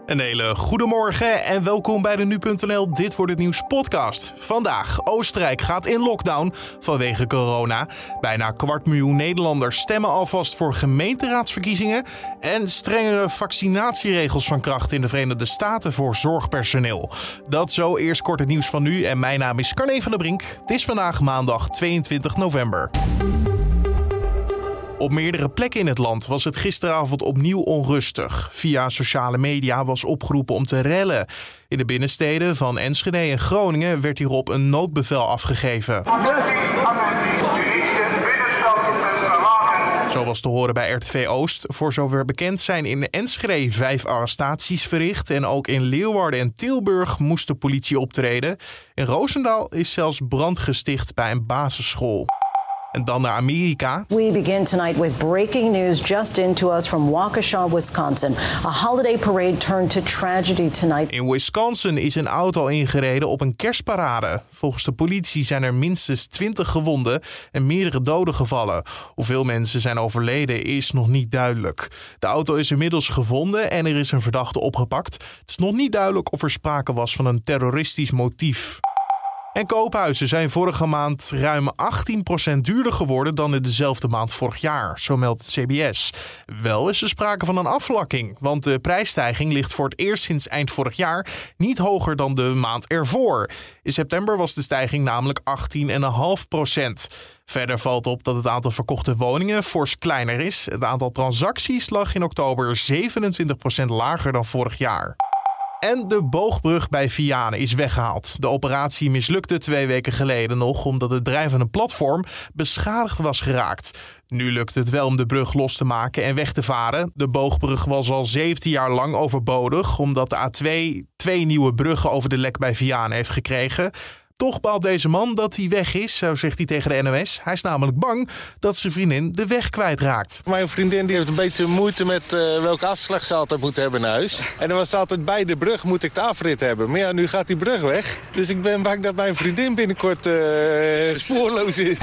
Een hele goede morgen en welkom bij de Nu.nl Dit Wordt Het Nieuws podcast. Vandaag, Oostenrijk gaat in lockdown vanwege corona. Bijna 250.000 Nederlanders stemmen alvast voor gemeenteraadsverkiezingen. En strengere vaccinatieregels van kracht in de Verenigde Staten voor zorgpersoneel. Dat zo, eerst kort het nieuws van nu en mijn naam is Carne van der Brink. Het is vandaag maandag 22 november. Op meerdere plekken in het land was het gisteravond opnieuw onrustig. Via sociale media was opgeroepen om te rellen. In de binnensteden van Enschede en Groningen werd hierop een noodbevel afgegeven. Zo was te horen bij RTV Oost. Voor zover bekend zijn in Enschede 5 arrestaties verricht. En ook in Leeuwarden en Tilburg moest de politie optreden. In Roosendaal is zelfs brand gesticht bij een basisschool. En dan naar Amerika. We begin tonight with breaking news just into us from Waukesha, Wisconsin. A holiday parade turned to tragedy tonight. In Wisconsin is een auto ingereden op een kerstparade. Volgens de politie zijn er minstens 20 gewonden en meerdere doden gevallen. Hoeveel mensen zijn overleden is nog niet duidelijk. De auto is inmiddels gevonden en er is een verdachte opgepakt. Het is nog niet duidelijk of er sprake was van een terroristisch motief. En koophuizen zijn vorige maand ruim 18% duurder geworden dan in dezelfde maand vorig jaar, zo meldt het CBS. Wel is er sprake van een afvlakking, want de prijsstijging ligt voor het eerst sinds eind vorig jaar niet hoger dan de maand ervoor. In september was de stijging namelijk 18,5%. Verder valt op dat het aantal verkochte woningen fors kleiner is. Het aantal transacties lag in oktober 27% lager dan vorig jaar. En de boogbrug bij Vianen is weggehaald. De operatie mislukte 2 weken geleden nog omdat het drijvende platform beschadigd was geraakt. Nu lukt het wel om de brug los te maken en weg te varen. De boogbrug was al 17 jaar lang overbodig omdat de A2 2 nieuwe bruggen over de Lek bij Vianen heeft gekregen. Toch baalt deze man dat hij weg is, zo zegt hij tegen de NOS. Hij is namelijk bang dat zijn vriendin de weg kwijtraakt. Mijn vriendin die heeft een beetje moeite met welke afslag ze altijd moet hebben naar huis. En dan was altijd bij de brug moet ik de afrit hebben. Maar ja, nu gaat die brug weg. Dus ik ben bang dat mijn vriendin binnenkort spoorloos is.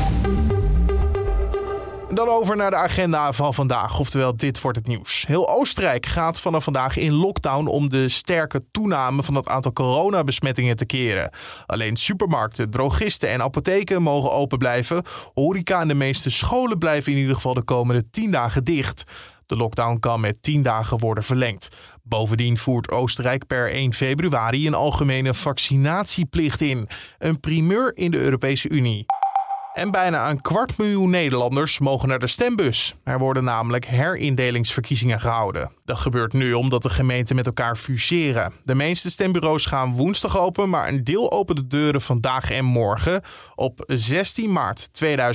Dan over naar de agenda van vandaag, oftewel dit wordt het nieuws. Heel Oostenrijk gaat vanaf vandaag in lockdown om de sterke toename van het aantal coronabesmettingen te keren. Alleen supermarkten, drogisten en apotheken mogen open blijven. Horeca en de meeste scholen blijven in ieder geval de komende 10 dagen dicht. De lockdown kan met 10 dagen worden verlengd. Bovendien voert Oostenrijk per 1 februari een algemene vaccinatieplicht in. Een primeur in de Europese Unie. En bijna 250.000 Nederlanders mogen naar de stembus. Er worden namelijk herindelingsverkiezingen gehouden. Dat gebeurt nu omdat de gemeenten met elkaar fuseren. De meeste stembureaus gaan woensdag open, maar een deel opent de deuren vandaag en morgen. Op 16 maart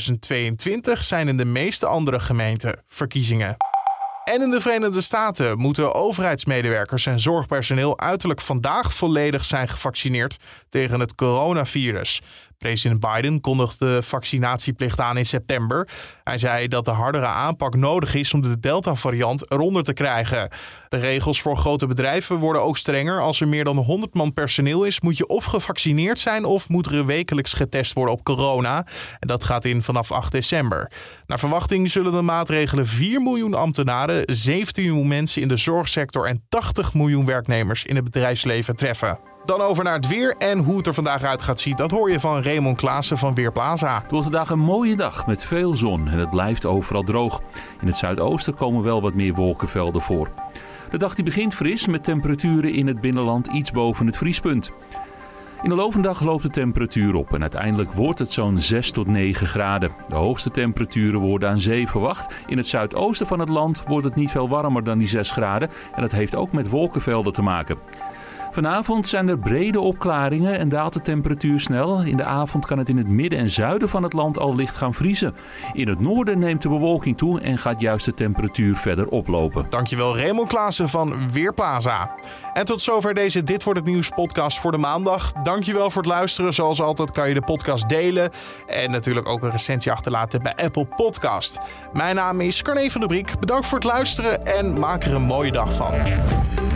2022 zijn in de meeste andere gemeenten verkiezingen. En in de Verenigde Staten moeten overheidsmedewerkers en zorgpersoneel uiterlijk vandaag volledig zijn gevaccineerd tegen het coronavirus. President Biden kondigde de vaccinatieplicht aan in september. Hij zei dat de hardere aanpak nodig is om de Delta-variant eronder te krijgen. De regels voor grote bedrijven worden ook strenger. Als er meer dan 100 man personeel is, moet je of gevaccineerd zijn of moet er wekelijks getest worden op corona. En dat gaat in vanaf 8 december. Naar verwachting zullen de maatregelen 4 miljoen ambtenaren, 17 miljoen mensen in de zorgsector en 80 miljoen werknemers in het bedrijfsleven treffen. Dan over naar het weer en hoe het er vandaag uit gaat zien. Dat hoor je van Raymond Klaassen van Weerplaza. Het wordt vandaag een mooie dag met veel zon en het blijft overal droog. In het zuidoosten komen wel wat meer wolkenvelden voor. De dag die begint fris met temperaturen in het binnenland iets boven het vriespunt. In de loop van de dag loopt de temperatuur op en uiteindelijk wordt het zo'n 6 tot 9 graden. De hoogste temperaturen worden aan zee verwacht. In het zuidoosten van het land wordt het niet veel warmer dan die 6 graden en dat heeft ook met wolkenvelden te maken. Vanavond zijn er brede opklaringen en daalt de temperatuur snel. In de avond kan het in het midden en zuiden van het land al licht gaan vriezen. In het noorden neemt de bewolking toe en gaat juist de temperatuur verder oplopen. Dankjewel Raymond Klaassen van Weerplaza. En tot zover deze Dit Wordt Het Nieuws podcast voor de maandag. Dankjewel voor het luisteren. Zoals altijd kan je de podcast delen. En natuurlijk ook een recensie achterlaten bij Apple Podcast. Mijn naam is Carne van der Brink. Bedankt voor het luisteren en maak er een mooie dag van.